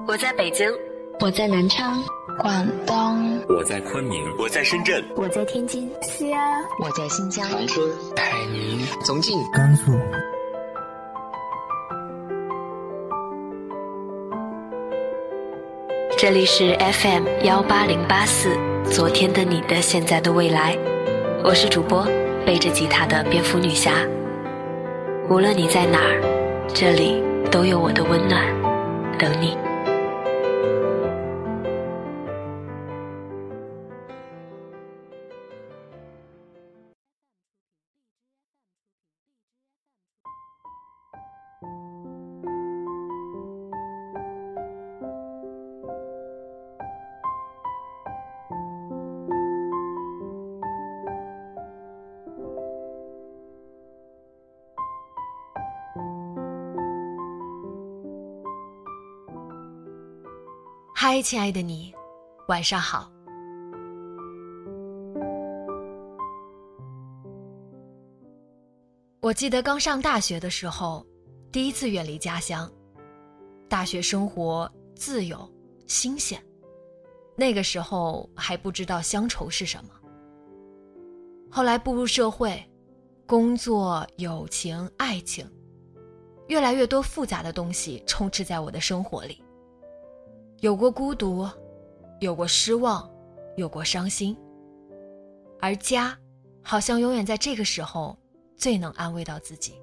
我在北京， 我在南昌， 广东， 我在昆明， 我在深圳， 我在天津， 西安， 我在新疆， 长春， 海宁， 重庆， 甘肃。 这里是 FM18084，昨天的你的现在的未来，我是主播背着吉他的蝙蝠女侠。无论你在哪儿，这里都有我的温暖等你。 嗨，亲爱的你，晚上好。我记得刚上大学的时候，第一次远离家乡，大学生活自由新鲜，那个时候还不知道乡愁是什么。后来步入社会，工作、友情、爱情，越来越多复杂的东西充斥在我的生活里。有过孤独，有过失望，有过伤心，而家好像永远在这个时候最能安慰到自己。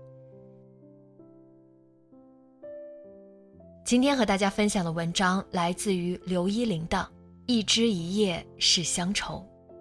今天和大家分享的文章来自于刘依林的《一枝一叶是乡愁》。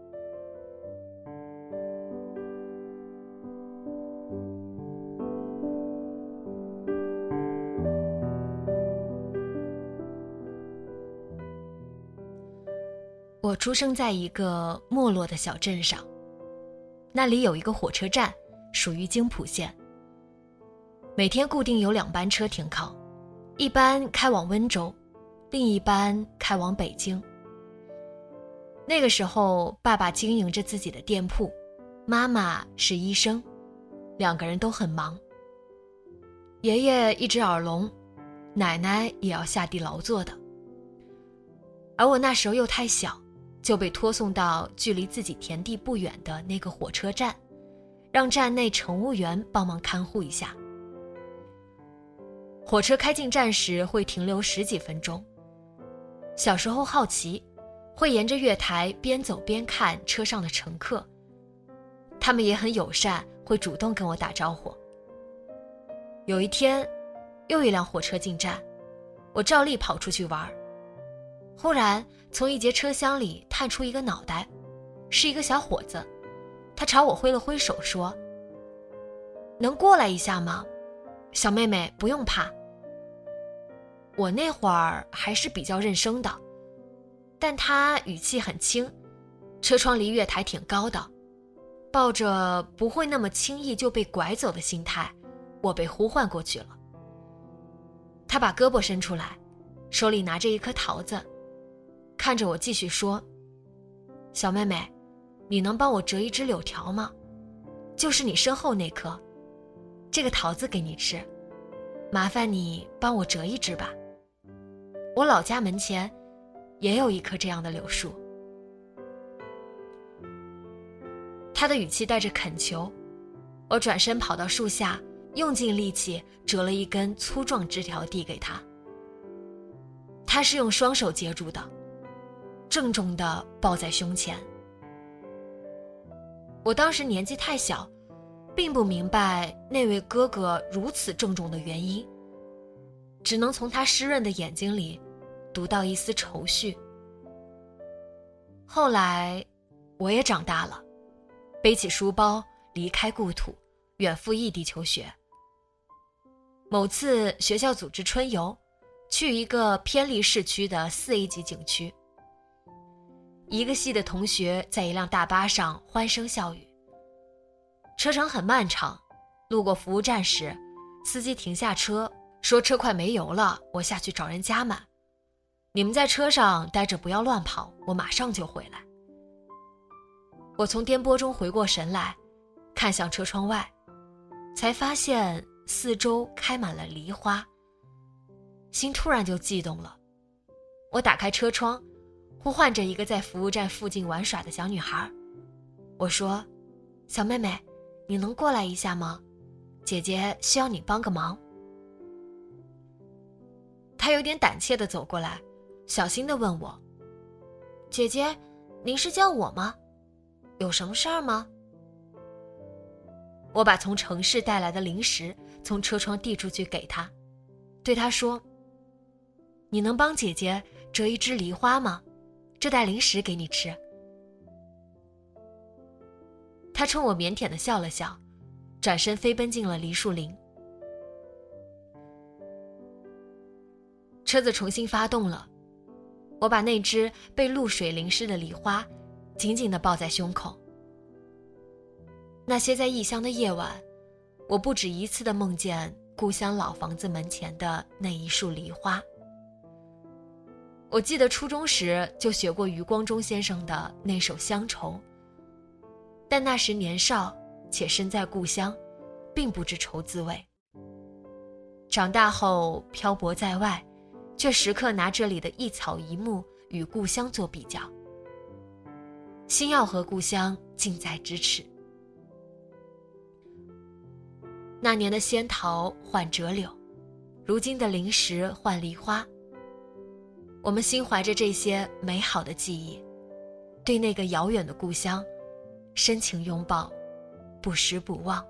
我出生在一个没落的小镇上，那里有一个火车站，属于京浦线。每天固定有2班车停靠，一班开往温州，另一班开往北京。那个时候，爸爸经营着自己的店铺，妈妈是医生，2个人都很忙。爷爷一只耳聋，奶奶也要下地劳作的。而我那时候又太小，就被托送到距离自己田地不远的那个火车站，让站内乘务员帮忙看护一下。火车开进站时会停留10几分钟，小时候好奇，会沿着月台边走边看车上的乘客，他们也很友善，会主动跟我打招呼。有一天，又一辆火车进站，我照例跑出去玩。忽然从一节车厢里探出一个脑袋，是一个小伙子，他朝我挥了挥手说：“能过来一下吗？小妹妹不用怕。”我那会儿还是比较认生的，但他语气很轻，车窗离月台挺高的，抱着不会那么轻易就被拐走的心态，我被呼唤过去了。他把胳膊伸出来，手里拿着一颗桃子，看着我继续说：“小妹妹，你能帮我折一枝柳条吗？就是你身后那棵，这个桃子给你吃，麻烦你帮我折一枝吧。我老家门前也有一棵这样的柳树。”他的语气带着恳求，我转身跑到树下，用尽力气折了一根粗壮枝条递给他。他是用双手接住的，郑重地抱在胸前。我当时年纪太小，并不明白那位哥哥如此郑重的原因，只能从他湿润的眼睛里读到一丝愁绪。后来我也长大了，背起书包离开故土，远赴异地求学。某次学校组织春游，去一个偏离市区的4A 级景区，一个系的同学在一辆大巴上欢声笑语。车程很漫长，路过服务站时，司机停下车，说车快没油了，我下去找人加满。你们在车上待着，不要乱跑，我马上就回来。我从颠簸中回过神来，看向车窗外，才发现四周开满了梨花，心突然就悸动了， 我打开车窗，呼唤着一个在服务站附近玩耍的小女孩。我说：小妹妹，你能过来一下吗？姐姐需要你帮个忙。她有点胆怯地走过来，小心地问我：姐姐，您是叫我吗？有什么事儿吗？我把从城市带来的零食从车窗递出去给她，对她说：你能帮姐姐折一枝梨花吗？这袋零食给你吃。她冲我腼腆地笑了笑，转身飞奔进了梨树林。车子重新发动了，我把那只被露水淋湿的梨花紧紧地抱在胸口。那些在异乡的夜晚，我不止一次地梦见故乡老房子门前的那一束梨花。我记得初中时就学过余光中先生的那首《乡愁》，但那时年少且身在故乡，并不知愁滋味。长大后漂泊在外，却时刻拿这里的一草一木与故乡做比较，心要和故乡近在咫尺。那年的仙桃换折柳，如今的零食换梨花。我们心怀着这些美好的记忆，对那个遥远的故乡深情拥抱，不时不忘。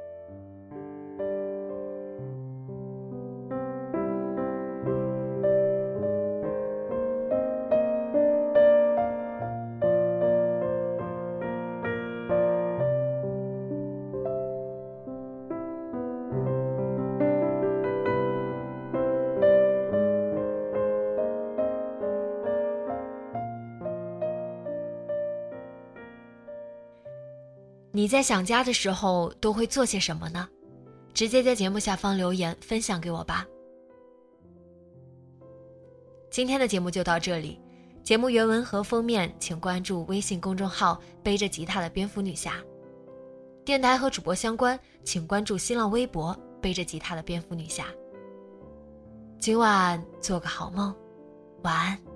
你在想家的时候都会做些什么呢？直接在节目下方留言分享给我吧。今天的节目就到这里，节目原文和封面请关注微信公众号背着吉他的蝙蝠女侠，电台和主播相关请关注新浪微博背着吉他的蝙蝠女侠。今晚做个好梦，晚安。